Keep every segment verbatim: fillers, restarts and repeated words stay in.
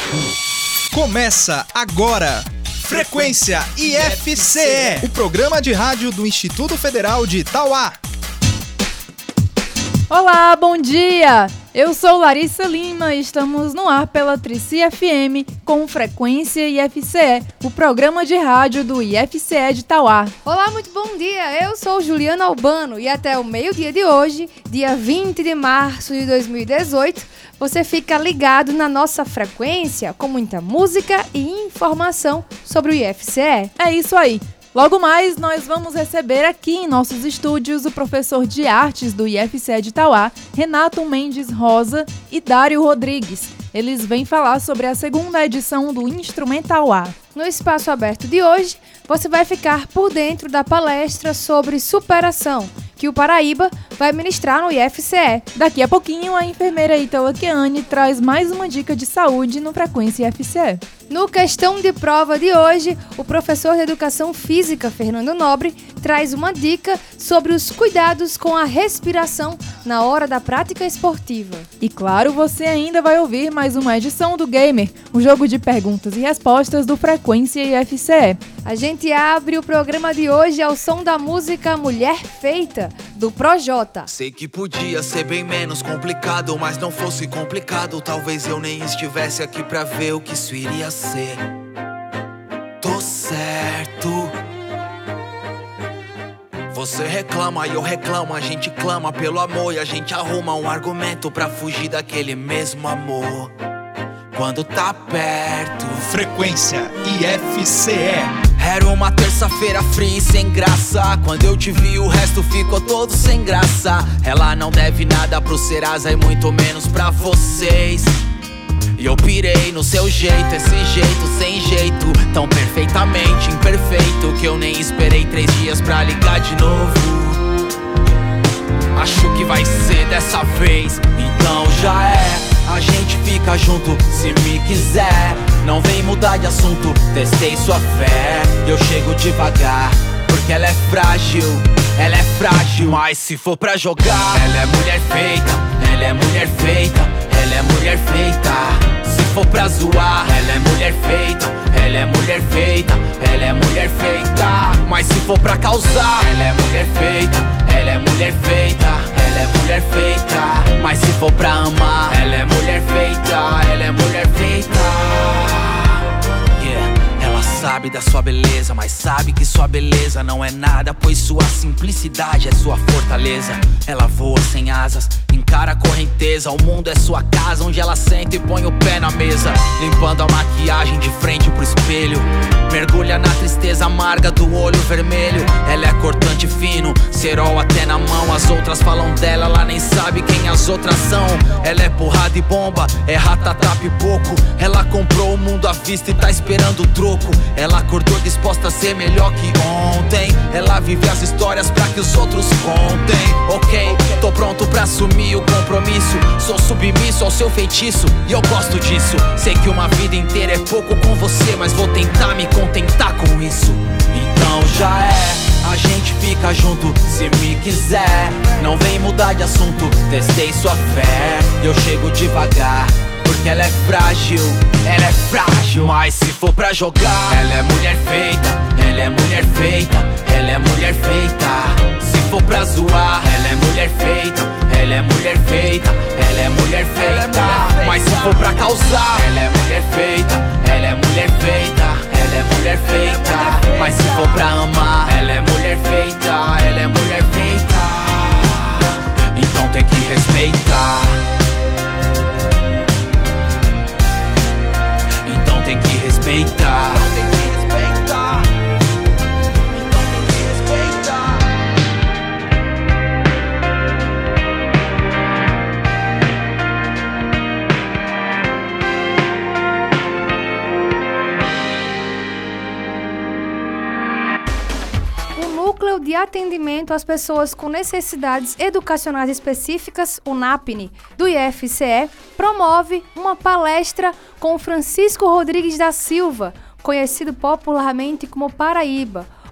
Começa agora, Frequência I F C E, o programa de rádio do Instituto Federal de Itauá. Olá, bom dia! Eu sou Larissa Lima e estamos no ar pela Trici F M com Frequência I F C E, o programa de rádio do I F C E de Itauá. Olá, muito bom dia! Eu sou Juliana Albano e até o meio-dia de hoje, dia vinte de março de dois mil e dezoito, você fica ligado na nossa frequência com muita música e informação sobre o I F C E. É isso aí! Logo mais, nós vamos receber aqui em nossos estúdios o professor de artes do I F C E de Itauá, Renato Mendes Rosa e Dário Rodrigues. Eles vêm falar sobre a segunda edição do Instrumental A. No espaço aberto de hoje, você vai ficar por dentro da palestra sobre superação, que o Paraíba vai ministrar no I F C E. Daqui a pouquinho, a enfermeira Ítala Keane traz mais uma dica de saúde no Frequência I F C E. No Questão de Prova de hoje, o professor de Educação Física, Fernando Nobre, traz uma dica sobre os cuidados com a respiração na hora da prática esportiva. E claro, você ainda vai ouvir mais uma edição do Gamer, o jogo de perguntas e respostas do Frequência I F C E. A gente abre o programa de hoje ao som da música Mulher Feita, do Projota. Sei que podia ser bem menos complicado, mas não fosse complicado, talvez eu nem estivesse aqui pra ver o que isso iria ser. Tô certo. Você reclama e eu reclamo, a gente clama pelo amor e a gente arruma um argumento pra fugir daquele mesmo amor. Quando tá perto. Frequência I F C E. Era uma terça-feira fria e sem graça. Quando eu te vi o resto ficou todo sem graça. Ela não deve nada pro Serasa e muito menos pra vocês. E eu pirei no seu jeito, esse jeito sem jeito, tão perfeitamente imperfeito que eu nem esperei três dias pra ligar de novo. Acho que vai ser dessa vez, então já é. A gente fica junto se me quiser. Não vem mudar de assunto, testei sua fé. Eu chego devagar, porque ela é frágil. Ela é frágil, mas se for pra jogar, ela é mulher feita, ela é mulher feita, ela é mulher feita. Se for pra zoar, ela é mulher feita, ela é mulher feita, ela é mulher feita. Mas se for pra causar, ela é mulher feita, ela é mulher feita, ela é mulher feita. Mas se for pra amar, ela é mulher feita, ela é mulher feita. Yeah. Ela sabe da sua beleza, mas sabe que sua beleza não é nada, pois sua simplicidade é sua fortaleza. Ela voa sem asas, encara a correnteza. O mundo é sua casa, onde ela senta e põe o pé na mesa, limpando a maquiagem de frente pro espelho. Mergulha na tristeza amarga do olho vermelho. Ela é cortante fino, cerol até na mão. As outras falam dela, ela nem sabe quem as outras são. Ela é porrada e bomba, é ratatá pipoco. Ela comprou o mundo à vista e tá esperando o troco. Ela acordou disposta a ser melhor que ontem. Ela vive as histórias pra que os outros contem. Ok, tô pronto pra assumir o compromisso. Sou submisso ao seu feitiço e eu gosto disso. Sei que uma vida inteira é pouco com você, mas vou tentar me contentar com isso. Então já é. A gente fica junto se me quiser. Não vem mudar de assunto, testei sua fé. Eu chego devagar, porque ela é frágil, ela é frágil. Mas se for pra jogar, ela é mulher feita, ela é mulher feita, ela é mulher feita. Se for pra zoar, ela é mulher feita, ela é mulher feita, ela é mulher feita. Mas se for pra causar, ela é mulher feita, ela é mulher feita, ela é mulher feita. Mas se for pra amar, ela é mulher feita, ela é mulher feita. Então tem que respeitar. Então tem que respeitar. Então tem que respeitar. Então tem que respeitar. O Núcleo de Atendimento às Pessoas com Necessidades Educacionais Específicas, o NAPNE, do I F C E, promove uma palestra com Francisco Rodrigues da Silva, conhecido popularmente como Paraíba,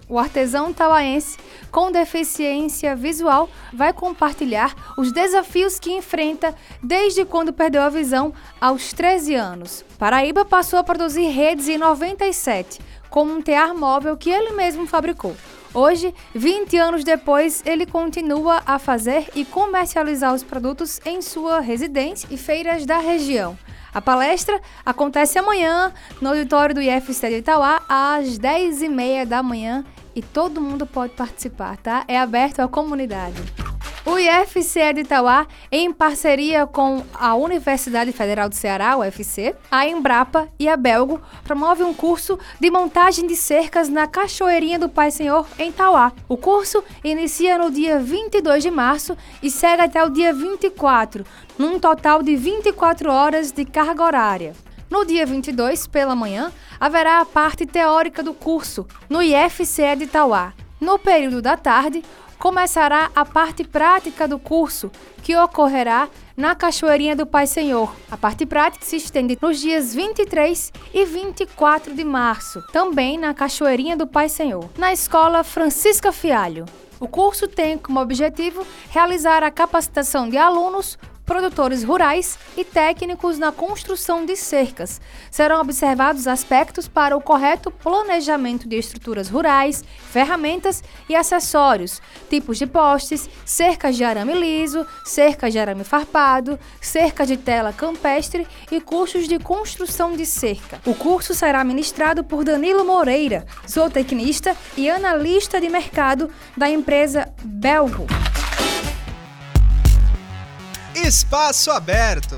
O artesão tauaense com deficiência visual vai compartilhar os desafios que enfrenta desde quando perdeu a visão aos treze anos. Paraíba passou a produzir redes em noventa e sete, com um tear móvel que ele mesmo fabricou. Hoje, vinte anos depois, ele continua a fazer e comercializar os produtos em sua residência e feiras da região. A palestra acontece amanhã no auditório do I F C de Itauá, às dez e meia da manhã, e todo mundo pode participar, tá? É aberto à comunidade. O I F C E de Itauá, em parceria com a Universidade Federal do Ceará, U F C, a Embrapa e a Belgo, promove um curso de montagem de cercas na Cachoeirinha do Pai Senhor, em Itauá. O curso inicia no dia vinte e dois de março e segue até o dia vinte e quatro, num total de vinte e quatro horas de carga horária. No dia vinte e dois, pela manhã, haverá a parte teórica do curso, no I F C E de Itauá. No período da tarde, começará a parte prática do curso, que ocorrerá na Cachoeirinha do Pai Senhor. A parte prática se estende nos dias vinte e três e vinte e quatro de março, também na Cachoeirinha do Pai Senhor, na Escola Francisca Fialho. O curso tem como objetivo realizar a capacitação de alunos, produtores rurais e técnicos na construção de cercas. Serão observados aspectos para o correto planejamento de estruturas rurais, ferramentas e acessórios, tipos de postes, cercas de arame liso, cercas de arame farpado, cercas de tela campestre e cursos de construção de cerca. O curso será ministrado por Danilo Moreira, zootecnista e analista de mercado da empresa Belgo. Espaço Aberto.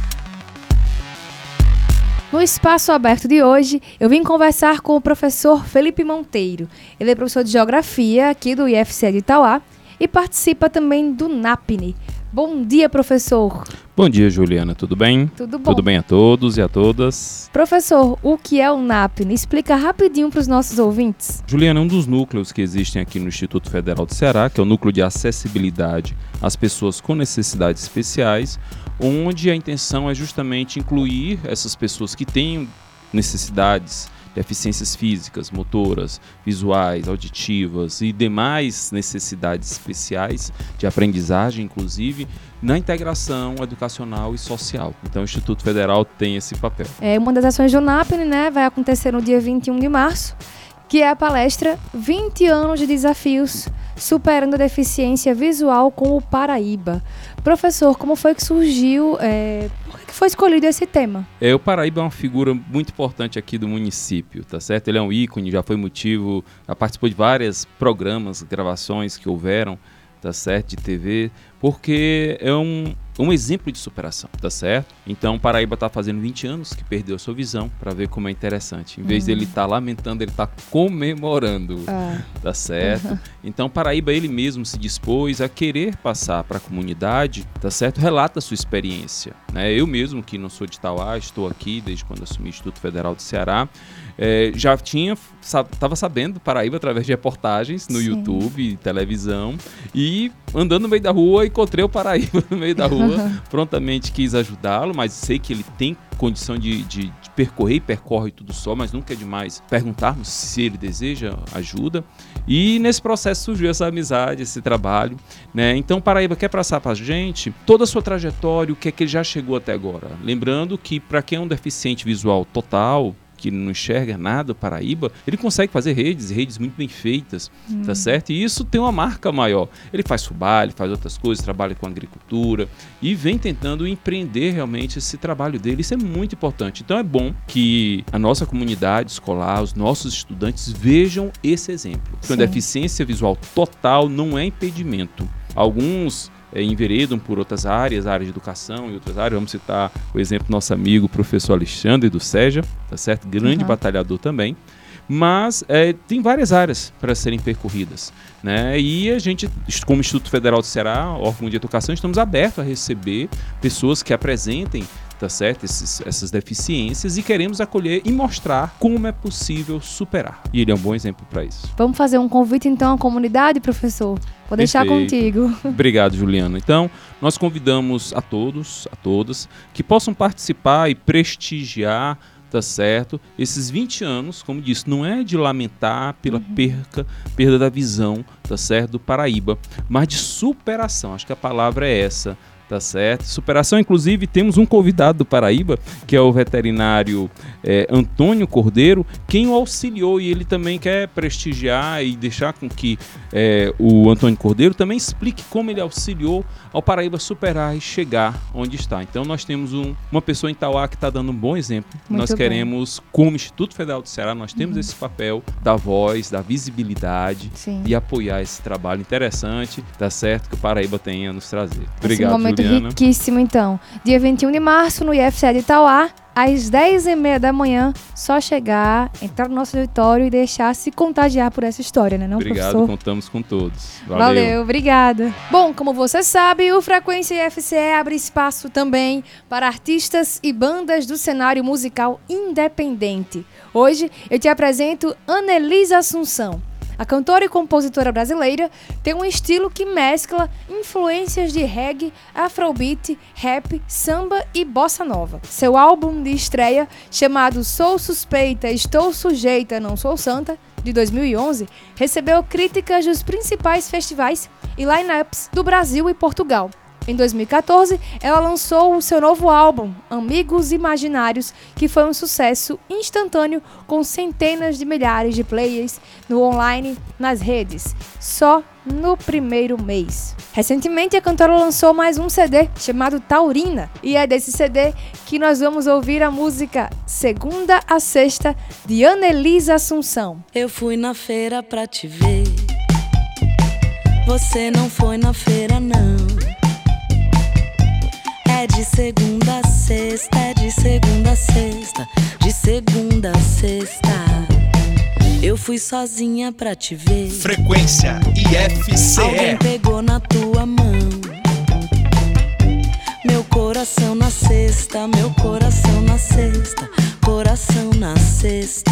No Espaço Aberto de hoje, eu vim conversar com o professor Felipe Monteiro. Ele é professor de Geografia aqui do I F C de Itauá e participa também do NAPNE. Bom dia, professor. Bom dia, Juliana. Tudo bem? Tudo bom. Tudo bem a todos e a todas. Professor, o que é o NAPNE? Explica rapidinho para os nossos ouvintes. Juliana, um dos núcleos que existem aqui no Instituto Federal do Ceará, que é o núcleo de acessibilidade às pessoas com necessidades especiais, onde a intenção é justamente incluir essas pessoas que têm necessidades, deficiências físicas, motoras, visuais, auditivas e demais necessidades especiais de aprendizagem, inclusive, na integração educacional e social. Então, o Instituto Federal tem esse papel. É, uma das ações do NAPNE, né, vai acontecer no dia vinte e um de março, que é a palestra vinte anos de desafios superando a deficiência visual com o Paraíba. Professor, como foi que surgiu, é, por que foi escolhido esse tema? É, o Paraíba é uma figura muito importante aqui do município, tá certo? Ele é um ícone, já foi motivo, já participou de vários programas, gravações que houveram, tá certo, de T V, porque é um, um exemplo de superação, tá certo? Então, Paraíba está fazendo vinte anos que perdeu a sua visão, para ver como é interessante. Em vez uhum. dele estar tá lamentando, ele está comemorando, ah. tá certo? Uhum. Então, Paraíba, ele mesmo se dispôs a querer passar para a comunidade, tá certo? Relata a sua experiência, né? Eu mesmo, que não sou de Itauá, estou aqui desde quando assumi o Instituto Federal do Ceará, é, já tinha, estava sabendo Paraíba através de reportagens no Sim. YouTube, televisão, e andando no meio da rua, encontrei o Paraíba no meio da rua, prontamente quis ajudá-lo, mas sei que ele tem condição de, de, de percorrer e percorre tudo só, mas nunca é demais perguntarmos se ele deseja ajuda. E nesse processo surgiu essa amizade, esse trabalho, né? Então, Paraíba quer passar para a gente toda a sua trajetória, o que é que ele já chegou até agora. Lembrando que para quem é um deficiente visual total, que não enxerga nada, Paraíba, ele consegue fazer redes, redes muito bem feitas, hum. tá certo? E isso tem uma marca maior. Ele faz fubá, ele faz outras coisas, trabalha com agricultura e vem tentando empreender realmente esse trabalho dele. Isso é muito importante. Então é bom que a nossa comunidade escolar, os nossos estudantes vejam esse exemplo. Porque a deficiência visual total não é impedimento. Alguns É, enveredam por outras áreas, áreas de educação e outras áreas. Vamos citar o exemplo do nosso amigo professor Alexandre do SEJA, tá certo? Grande uhum. batalhador também. Mas é, tem várias áreas para serem percorridas, né? E a gente, como Instituto Federal do Ceará, órgão de educação, estamos abertos a receber pessoas que apresentem, tá certo? Esses, essas deficiências, e queremos acolher e mostrar como é possível superar. E ele é um bom exemplo para isso. Vamos fazer um convite então à comunidade, professor? Vou deixar Perfeito. contigo. Obrigado, Juliana. Então, nós convidamos a todos, a todas, que possam participar e prestigiar tá certo? Esses vinte anos, como disse, não é de lamentar pela uhum. perca, perda da visão, tá certo? Do Paraíba, mas de superação, acho que a palavra é essa. Tá certo? Superação, inclusive, temos um convidado do Paraíba, que é o veterinário é, Antônio Cordeiro, quem o auxiliou, e ele também quer prestigiar e deixar com que é, o Antônio Cordeiro também explique como ele auxiliou ao Paraíba superar e chegar onde está. Então nós temos um, uma pessoa em Tauá que está dando um bom exemplo. Muito nós bom. Queremos, como Instituto Federal do Ceará, nós temos uhum. esse papel da voz, da visibilidade Sim. e apoiar esse trabalho interessante, tá certo? Que o Paraíba tenha a nos trazer. Obrigado, Juliana. Riquíssimo, então. Dia vinte e um de março, no I F C E de Itauá, às dez e meia da manhã, só chegar, entrar no nosso auditório e deixar se contagiar por essa história, né, não, Obrigado, professor? Contamos com todos. Valeu. Valeu, obrigada. Bom, como você sabe, o Frequência I F C E abre espaço também para artistas e bandas do cenário musical independente. Hoje, eu te apresento Anelisa Assunção. A cantora e compositora brasileira tem um estilo que mescla influências de reggae, afrobeat, rap, samba e bossa nova. Seu álbum de estreia, chamado Sou Suspeita, Estou Sujeita, Não Sou Santa, de dois mil e onze, recebeu críticas dos principais festivais e line-ups do Brasil e Portugal. Em dois mil e catorze, ela lançou o seu novo álbum, Amigos Imaginários, que foi um sucesso instantâneo com centenas de milhares de players no online, nas redes, só no primeiro mês. Recentemente, a cantora lançou mais um C D chamado Taurina, e é desse C D que nós vamos ouvir a música Segunda a Sexta, de Anelisa Assunção. Eu fui na feira pra te ver, você não foi na feira não. É de segunda a sexta, é de segunda a sexta, de segunda a sexta. Eu fui sozinha pra te ver. Frequência I F C E. Alguém pegou na tua mão. Meu coração na sexta, meu coração na sexta, coração na sexta.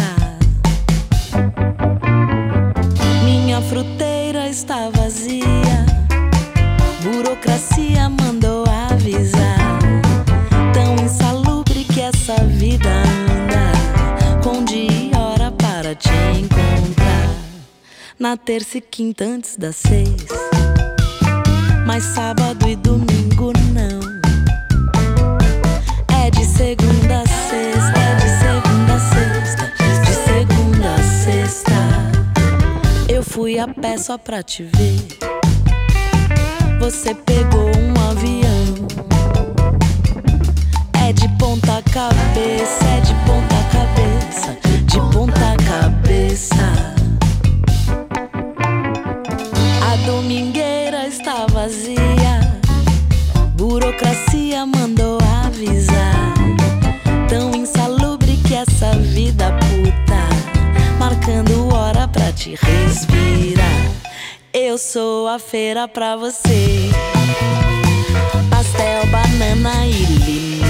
Minha fruteira está vazia, burocracia mandou avisar. Tão insalubre que essa vida anda, com dia e hora para te encontrar. Na terça e quinta antes das seis, mas sábado e domingo não. É de segunda a sexta, é de segunda a sexta, de segunda a sexta. Eu fui a pé só pra te ver, você pegou um avião. É de ponta cabeça, é de ponta cabeça, de ponta cabeça. A domingueira está vazia, burocracia mandou avisar. Tão insalubre que essa vida puta, marcando hora pra te respirar. Eu sou a feira pra você, pastel, banana e limão.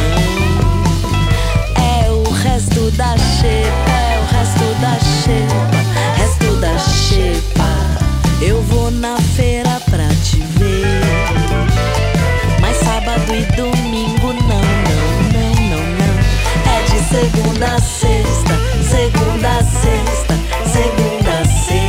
É o resto da xepa, é o resto da xepa, resto da xepa. Eu vou na feira pra te ver, mas sábado e domingo não, não, não, não, não. É de segunda a sexta, segunda a sexta, segunda a sexta.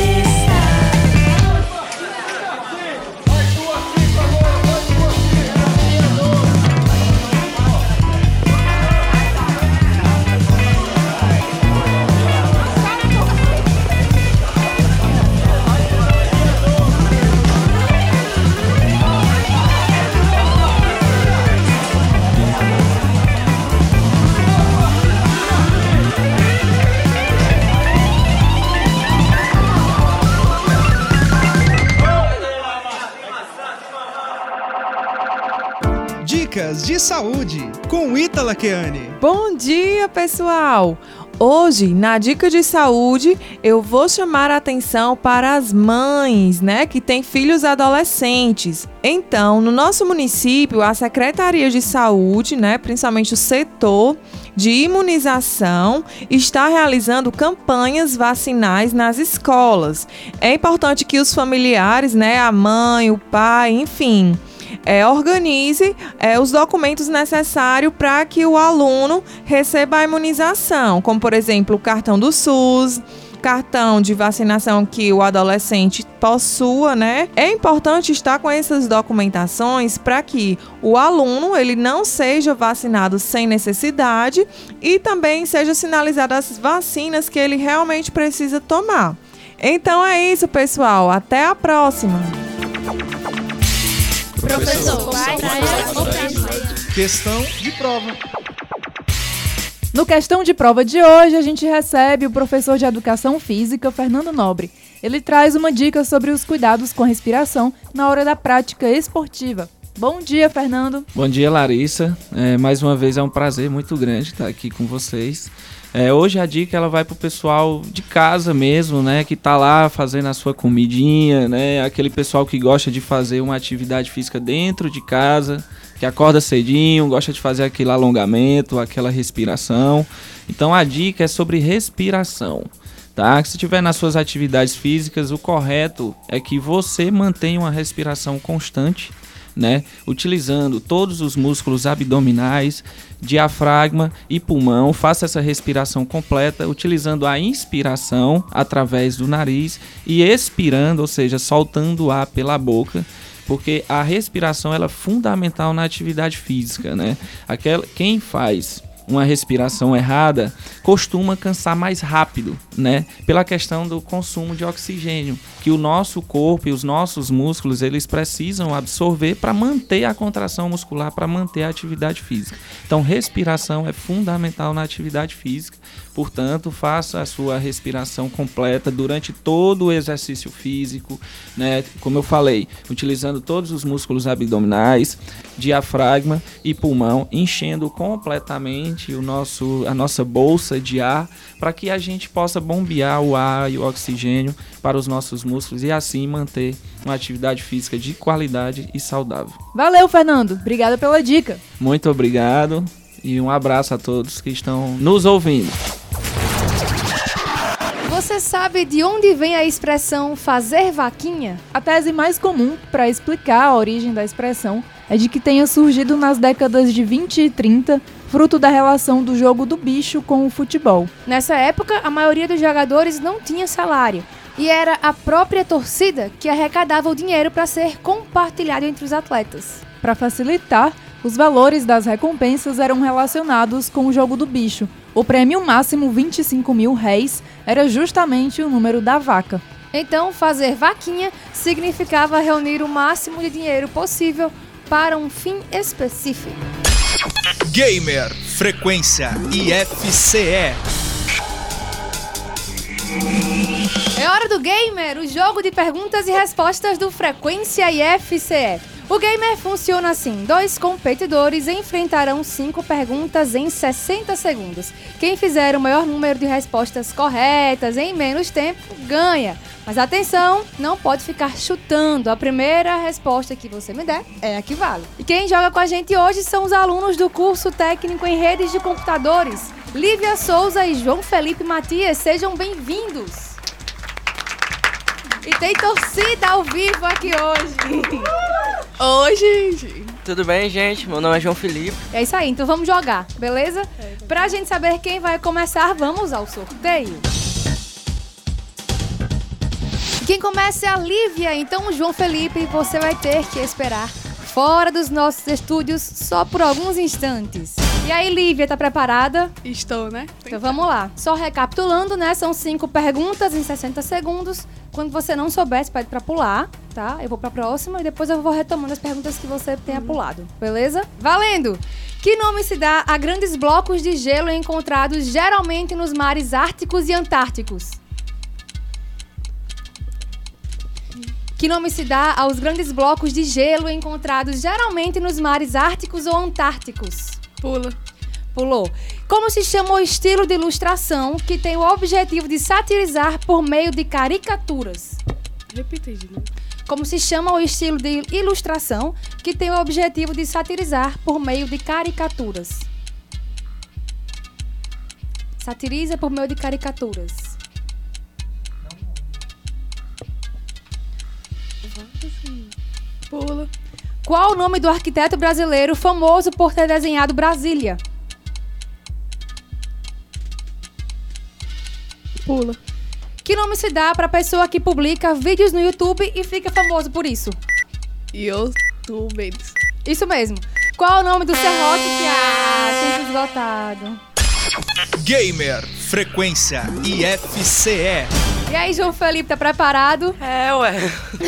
Dicas de saúde com Ítala Keane. Bom dia, pessoal! Hoje, na Dica de Saúde, eu vou chamar a atenção para as mães, né, que têm filhos adolescentes. Então, no nosso município, a Secretaria de Saúde, né, principalmente o setor de imunização, está realizando campanhas vacinais nas escolas. É importante que os familiares, né, a mãe, o pai, enfim, é, organize é, os documentos necessários para que o aluno receba a imunização, como, por exemplo, o cartão do SUS, cartão de vacinação que o adolescente possua, né? É importante estar com essas documentações para que o aluno ele não seja vacinado sem necessidade e também seja sinalizado as vacinas que ele realmente precisa tomar. Então é isso, pessoal. Até a próxima. Professor, questão de prova. No Questão de Prova de hoje, a gente recebe o professor de Educação Física, Fernando Nobre. Ele traz uma dica sobre os cuidados com a respiração na hora da prática esportiva. Bom dia, Fernando. Bom dia, Larissa. É, mais uma vez é um prazer muito grande estar aqui com vocês. É, hoje a dica ela vai para o pessoal de casa mesmo, né, que está lá fazendo a sua comidinha, né, aquele pessoal que gosta de fazer uma atividade física dentro de casa, que acorda cedinho, gosta de fazer aquele alongamento, aquela respiração. Então a dica é sobre respiração, tá? Se estiver nas suas atividades físicas, o correto é que você mantenha uma respiração constante, né? Utilizando todos os músculos abdominais, diafragma e pulmão. Faça essa respiração completa, utilizando a inspiração através do nariz e expirando, ou seja, soltando o ar pela boca. Porque a respiração ela é fundamental na atividade física, né? Aquela, quem faz uma respiração errada costuma cansar mais rápido, né? Pela questão do consumo de oxigênio, que o nosso corpo e os nossos músculos eles precisam absorver para manter a contração muscular, para manter a atividade física. Então, respiração é fundamental na atividade física. Portanto, faça a sua respiração completa durante todo o exercício físico, né? Como eu falei, utilizando todos os músculos abdominais, diafragma e pulmão, enchendo completamente o nosso, a nossa bolsa de ar para que a gente possa bombear o ar e o oxigênio para os nossos músculos e assim manter uma atividade física de qualidade e saudável. Valeu, Fernando. Obrigada pela dica. Muito obrigado e um abraço a todos que estão nos ouvindo. Você sabe de onde vem a expressão fazer vaquinha? A tese mais comum para explicar a origem da expressão é de que tenha surgido nas décadas de vinte e trinta, fruto da relação do jogo do bicho com o futebol. Nessa época, a maioria dos jogadores não tinha salário e era a própria torcida que arrecadava o dinheiro para ser compartilhado entre os atletas. Para facilitar, os valores das recompensas eram relacionados com o jogo do bicho. O prêmio máximo, vinte e cinco mil réis, era justamente o número da vaca. Então, fazer vaquinha significava reunir o máximo de dinheiro possível para um fim específico. Gamer Frequência I F C E. É hora do Gamer, o jogo de perguntas e respostas do Frequência I F C E. O Gamer funciona assim: dois competidores enfrentarão cinco perguntas em sessenta segundos. Quem fizer o maior número de respostas corretas em menos tempo, ganha. Mas atenção, não pode ficar chutando. A primeira resposta que você me der é a que vale. E quem joga com a gente hoje são os alunos do curso técnico em redes de computadores, Lívia Souza e João Felipe Matias. Sejam bem-vindos. E tem torcida ao vivo aqui hoje. Oi, gente. Tudo bem, gente? Meu nome é João Felipe. É isso aí, então vamos jogar, beleza? Pra gente saber quem vai começar, vamos ao sorteio. Quem começa é a Lívia, então João Felipe, você vai ter que esperar fora dos nossos estúdios só por alguns instantes. E aí, Lívia, tá preparada? Estou, né? Então vamos lá. Só recapitulando, né? São cinco perguntas em sessenta segundos. Quando você não souber, você pede pra pular, tá? Eu vou pra próxima e depois eu vou retomando as perguntas que você tenha pulado, beleza? Valendo! Que nome se dá a grandes blocos de gelo encontrados geralmente nos mares árticos e antárticos? Que nome se dá aos grandes blocos de gelo encontrados geralmente nos mares árticos ou antárticos? Pula. Pulou. Como se chama o estilo de ilustração que tem o objetivo de satirizar por meio de caricaturas? Repita aí, né? Como se chama o estilo de ilustração que tem o objetivo de satirizar por meio de caricaturas? Satiriza por meio de caricaturas. Pula. Qual o nome do arquiteto brasileiro famoso por ter desenhado Brasília? Pula. Que nome se dá pra pessoa que publica vídeos no YouTube e fica famoso por isso? YouTubers. Isso mesmo. Qual o nome do serrote que... Ah, sempre esgotado. Gamer Frequência I F C E. E aí, João Felipe, tá preparado? É, ué.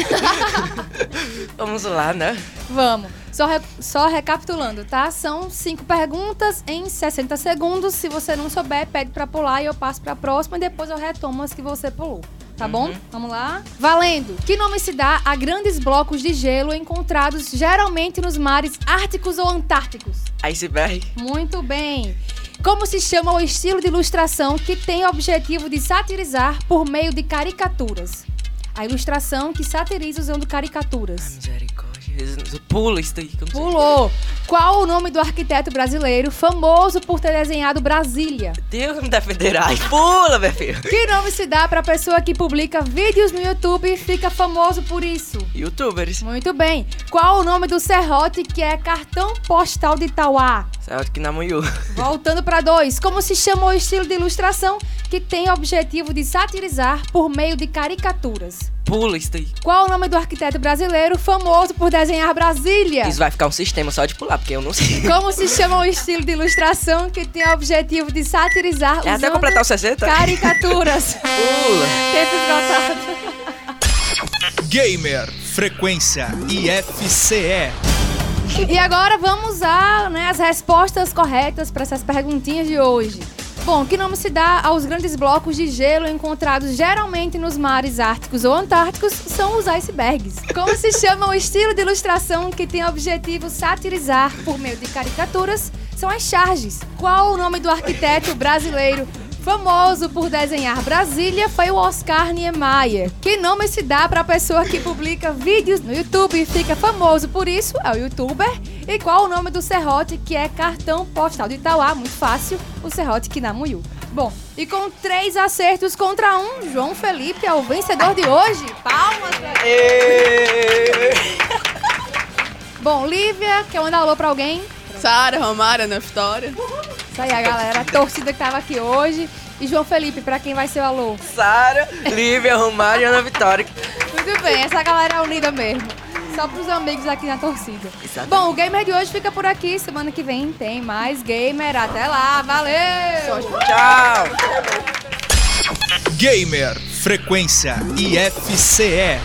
Vamos lá, né? Vamos. Só, re- só recapitulando, tá? São cinco perguntas em sessenta segundos. Se você não souber, pede pra pular e eu passo pra próxima e depois eu retomo as que você pulou. Tá Uhum. bom? Vamos lá? Valendo! Que nome se dá a grandes blocos de gelo encontrados geralmente nos mares árticos ou antárticos? Iceberg. Muito bem! Como se chama o estilo de ilustração que tem o objetivo de satirizar por meio de caricaturas? A ilustração que satiriza usando caricaturas. Misericórdia. Pula isso daí. Que eu não sei. Pulou! Qual o nome do arquiteto brasileiro famoso por ter desenhado Brasília? Deus me defenderá. Pula, meu filho. Que nome se dá pra pessoa que publica vídeos no YouTube e fica famoso por isso? YouTubers. Muito bem. Qual o nome do serrote que é cartão postal de Itauá? Certo que namoiu. Voltando pra dois. Como se chama o estilo de ilustração que tem o objetivo de satirizar por meio de caricaturas? Pula isso daí. Qual o nome do arquiteto brasileiro famoso por desenhar Brasília? Isso vai ficar um sistema só de pular, porque eu não sei. Como se chama o estilo de ilustração que tem o objetivo de satirizar É usando até completar os sessenta? caricaturas? Pula. Tempo esgotado. Gamer Frequência I F C E. E agora vamos a, né, as respostas corretas para essas perguntinhas de hoje. Bom, que nome se dá aos grandes blocos de gelo encontrados geralmente nos mares árticos ou antárticos? São os icebergs. Como se chama o estilo de ilustração que tem o objetivo satirizar por meio de caricaturas? São as charges. Qual o nome do arquiteto brasileiro famoso por desenhar Brasília? Foi o Oscar Niemeyer. Que nome se dá para a pessoa que publica vídeos no YouTube e fica famoso por isso? É o youtuber. E qual o nome do serrote que é cartão postal de Itauá? Muito fácil, o serrote Kinamuyu. Bom, e com três acertos contra um, João Felipe é o vencedor de hoje. Palmas pra ele. Bom, Lívia, quer mandar alô pra alguém? Sara, Romário, Ana Vitória. Isso aí, a galera, a torcida que tava aqui hoje. E João Felipe, pra quem vai ser o alô? Sara, Lívia, Romário e Ana Vitória. Muito bem, essa galera é unida mesmo. Só pros amigos aqui na torcida. Exatamente. Bom, o Gamer de hoje fica por aqui. Semana que vem tem mais Gamer. Até lá, valeu! Tchau. Gamer Frequência I F C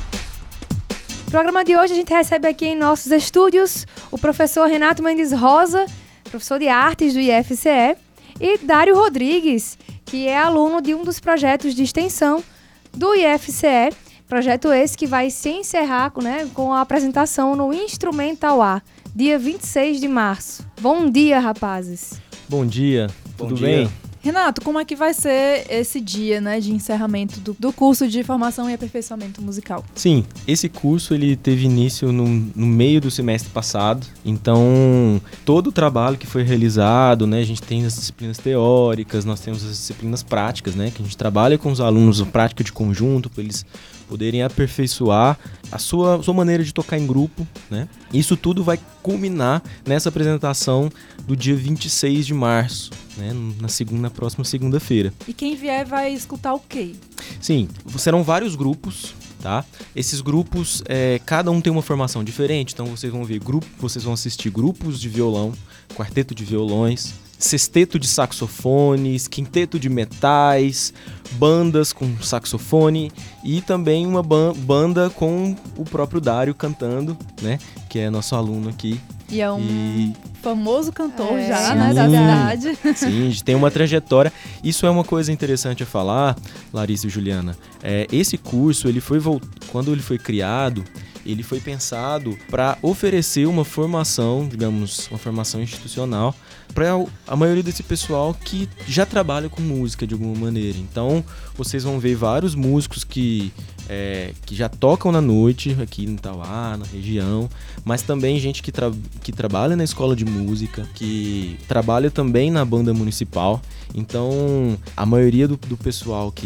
E. No programa de hoje a gente recebe aqui em nossos estúdios o professor Renato Mendes Rosa, professor de artes do I F C E, e Dário Rodrigues, que é aluno de um dos projetos de extensão do I F C E, projeto esse que vai se encerrar, né, com a apresentação no Instrumental A, dia vinte e seis de março. Bom dia, rapazes! Bom dia, Bom tudo dia. bem? Renato, como é que vai ser esse dia, né, de encerramento do, do curso de formação e aperfeiçoamento musical? Sim, esse curso ele teve início no, no meio do semestre passado, então todo o trabalho que foi realizado, né, a gente tem as disciplinas teóricas, nós temos as disciplinas práticas, né, que a gente trabalha com os alunos a prática de conjunto, para eles poderem aperfeiçoar a sua, sua maneira de tocar em grupo, né? Isso tudo vai culminar nessa apresentação do dia vinte e seis de março, né? Na, segunda, na próxima segunda-feira. E quem vier vai escutar o quê? Sim, serão vários grupos, tá? Esses grupos, é, cada um tem uma formação diferente, então vocês vão ver grupo, vocês vão assistir grupos de violão, quarteto de violões, sexteto de saxofones, quinteto de metais, bandas com saxofone e também uma ban- banda com o próprio Dário cantando, né? Que é nosso aluno aqui. E é um E- famoso cantor É, já, sim. né, da cidade. Sim, a gente tem uma trajetória. Isso é uma coisa interessante a falar, Larissa e Juliana. É, esse curso, ele foi vol- quando ele foi criado, ele foi pensado para oferecer uma formação, digamos, uma formação institucional para a maioria desse pessoal que já trabalha com música de alguma maneira. Então, vocês vão ver vários músicos que, é, que já tocam na noite aqui em Itauá, na região, mas também gente que, tra- que trabalha na escola de música, que trabalha também na banda municipal. Então, a maioria do, do pessoal que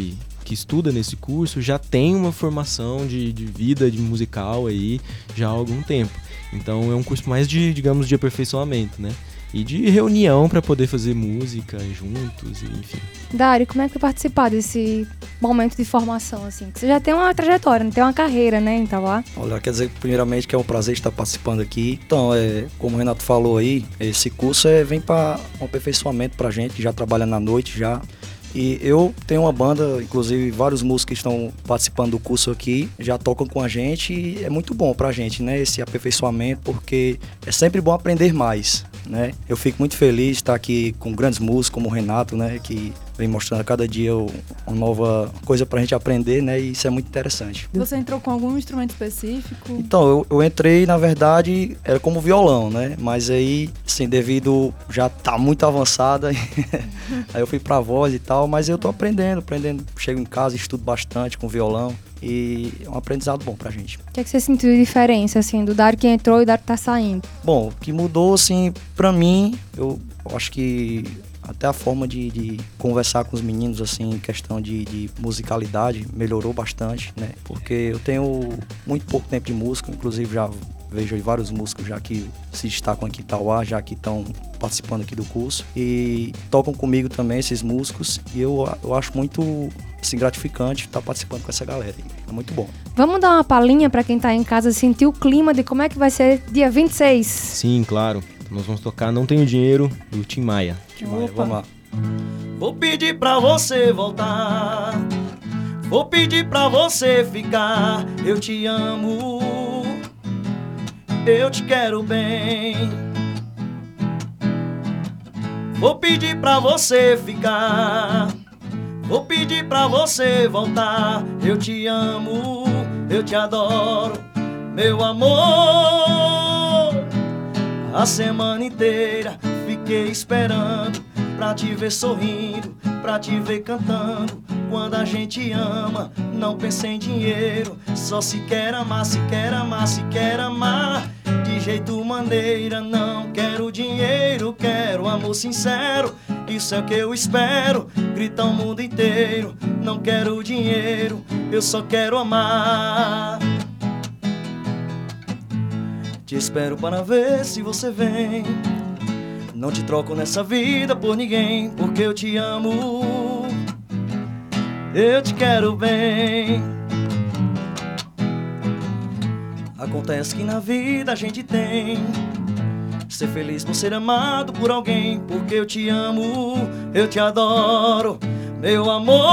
que estuda nesse curso já tem uma formação de, de vida de musical aí já há algum tempo. Então é um curso mais de, digamos, de aperfeiçoamento, né? E de reunião para poder fazer música juntos, e, enfim. Dário, como é que foi participar desse momento de formação, assim? Você já tem uma trajetória, tem uma carreira, né, em Itauá? Olha, quer dizer, primeiramente, que é um prazer estar participando aqui. Então, é, como o Renato falou aí, esse curso é, vem para um aperfeiçoamento para a gente, que já trabalha na noite já. E eu tenho uma banda, inclusive vários músicos que estão participando do curso aqui, já tocam com a gente e é muito bom pra gente, né, esse aperfeiçoamento, porque é sempre bom aprender mais, né. Eu fico muito feliz de estar aqui com grandes músicos como o Renato, né, que vem mostrando a cada dia uma nova coisa pra gente aprender, né, e isso é muito interessante. Você entrou com algum instrumento específico? Então, eu, eu entrei, na verdade, era como violão, né, mas aí, assim, devido já tá muito avançada, aí eu fui pra voz e tal, mas eu tô aprendendo, aprendendo, chego em casa, estudo bastante com violão e é um aprendizado bom pra gente. O que é que você sentiu de diferença, assim, do Dário que entrou e do Dário que tá saindo? Bom, o que mudou, assim, pra mim, eu acho que até a forma de, de conversar com os meninos, assim, em questão de, de musicalidade, melhorou bastante, né? Porque eu tenho muito pouco tempo de música, inclusive já vejo aí vários músicos já que se destacam aqui em Itauá, já que estão participando aqui do curso. E tocam comigo também esses músicos. E eu, eu acho muito, assim, gratificante estar participando com essa galera. É muito bom. Vamos dar uma palhinha para quem tá em casa sentir o clima de como é que vai ser dia vinte e seis? Sim, claro. Nós vamos tocar Não Tenho Dinheiro, do Tim Maia. Tim Maia, vamos lá. Vou pedir pra você voltar, vou pedir pra você ficar. Eu te amo, eu te quero bem. Vou pedir pra você ficar, vou pedir pra você voltar. Eu te amo, eu te adoro, meu amor. A semana inteira fiquei esperando pra te ver sorrindo, pra te ver cantando. Quando a gente ama, não pensa em dinheiro, só se quer amar, se quer amar, se quer amar. De jeito maneira, não quero dinheiro, quero amor sincero. Isso é o que eu espero, grita o mundo inteiro. Não quero dinheiro, eu só quero amar. Te espero para ver se você vem. Não te troco nessa vida por ninguém, porque eu te amo, eu te quero bem. Acontece que na vida a gente tem ser feliz por ser amado por alguém, porque eu te amo, eu te adoro, meu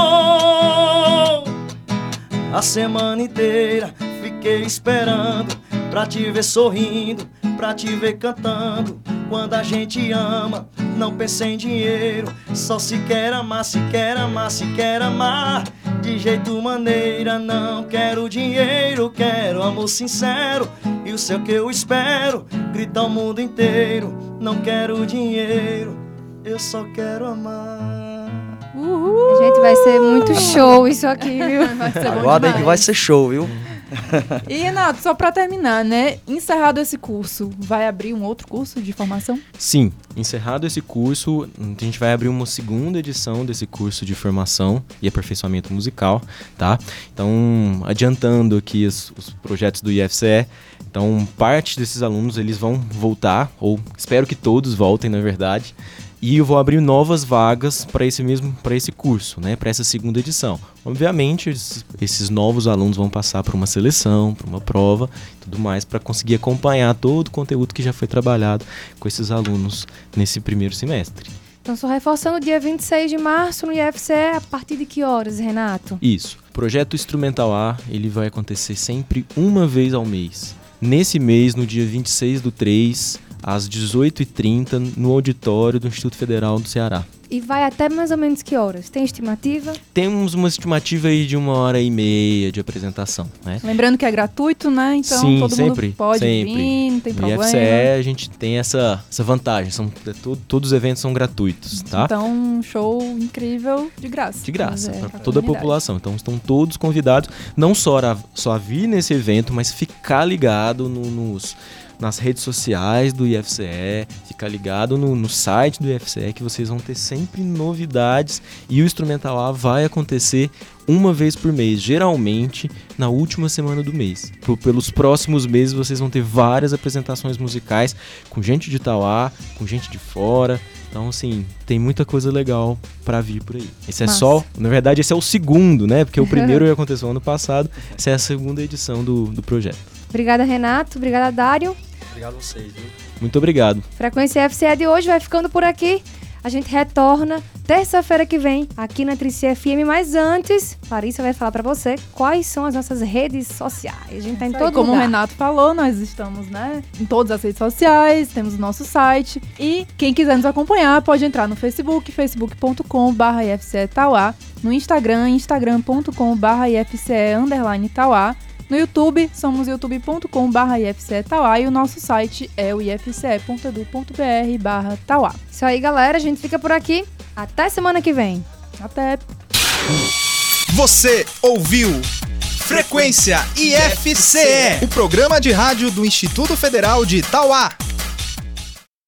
amor. A semana inteira fiquei esperando pra te ver sorrindo, pra te ver cantando. Quando a gente ama, não pensa em dinheiro, só se quer amar, se quer amar, se quer amar. De jeito maneira, não quero dinheiro, quero amor sincero. E o seu que eu espero, grita o mundo inteiro. Não quero dinheiro, eu só quero amar. Uhul. Gente, vai ser muito show isso aqui, viu? Vai ser bom Aguarda aí que demais. vai ser show, viu? E Renato, só pra terminar, né? Encerrado esse curso, vai abrir um outro curso de formação? Sim, encerrado esse curso, a gente vai abrir uma segunda edição desse curso de formação e aperfeiçoamento musical, tá? Então, adiantando aqui os, os projetos do I F C E, então parte desses alunos eles vão voltar, ou espero que todos voltem, na verdade. E eu vou abrir novas vagas para esse mesmo, para esse curso, né, para essa segunda edição. Obviamente, esses, esses novos alunos vão passar por uma seleção, por uma prova, tudo mais, para conseguir acompanhar todo o conteúdo que já foi trabalhado com esses alunos nesse primeiro semestre. Então, só reforçando, dia vinte e seis de março no I F C E, a partir de que horas, Renato? Isso. O projeto Instrumental A, ele vai acontecer sempre uma vez ao mês. Nesse mês, no dia vinte e seis do três, às dezoito e trinta, no auditório do Instituto Federal do Ceará. E vai até mais ou menos que horas? Tem estimativa? Temos uma estimativa aí de uma hora e meia de apresentação, né? Lembrando que é gratuito, né? Então Sim, todo sempre, mundo pode sempre. vir, não tem no problema. I F C E a gente tem essa, essa vantagem, são, to, todos os eventos são gratuitos, tá? Então, um show incrível de graça. De graça, É, para pra toda a comunidade. população. Então estão todos convidados, não só a, só a vir nesse evento, mas ficar ligado no, nos, nas redes sociais do I F C E, fica ligado no, no site do I F C E que vocês vão ter sempre novidades e o Instrumental A vai acontecer uma vez por mês, geralmente na última semana do mês. Por, pelos próximos meses vocês vão ter várias apresentações musicais com gente de Tauá, com gente de fora. Então, assim, tem muita coisa legal pra vir por aí. Esse é Massa. só, na verdade, esse é o segundo, né? Porque o primeiro aconteceu ano passado, essa é a segunda edição do, do projeto. Obrigada, Renato. Obrigada, Dário. Obrigado a vocês, viu? Muito obrigado. Frequência I F C E de hoje vai ficando por aqui. A gente retorna terça-feira que vem aqui na Trici F M, mas antes, Larissa vai falar pra você quais são as nossas redes sociais. A gente tá em todo Como lugar. o Renato falou, nós estamos, né, em todas as redes sociais, temos o nosso site e quem quiser nos acompanhar pode entrar no Facebook, facebook ponto com barra I F C E Tauá, no Instagram, instagram ponto com barra I F C E underline Tauá. No YouTube, somos youtube ponto com barra I F C E Tauá e o nosso site é o i f c e ponto e d u ponto b r barra Tauá. Isso aí, galera. A gente fica por aqui. Até semana que vem. Até. Você ouviu Frequência I F C E, o programa de rádio do Instituto Federal de Tauá.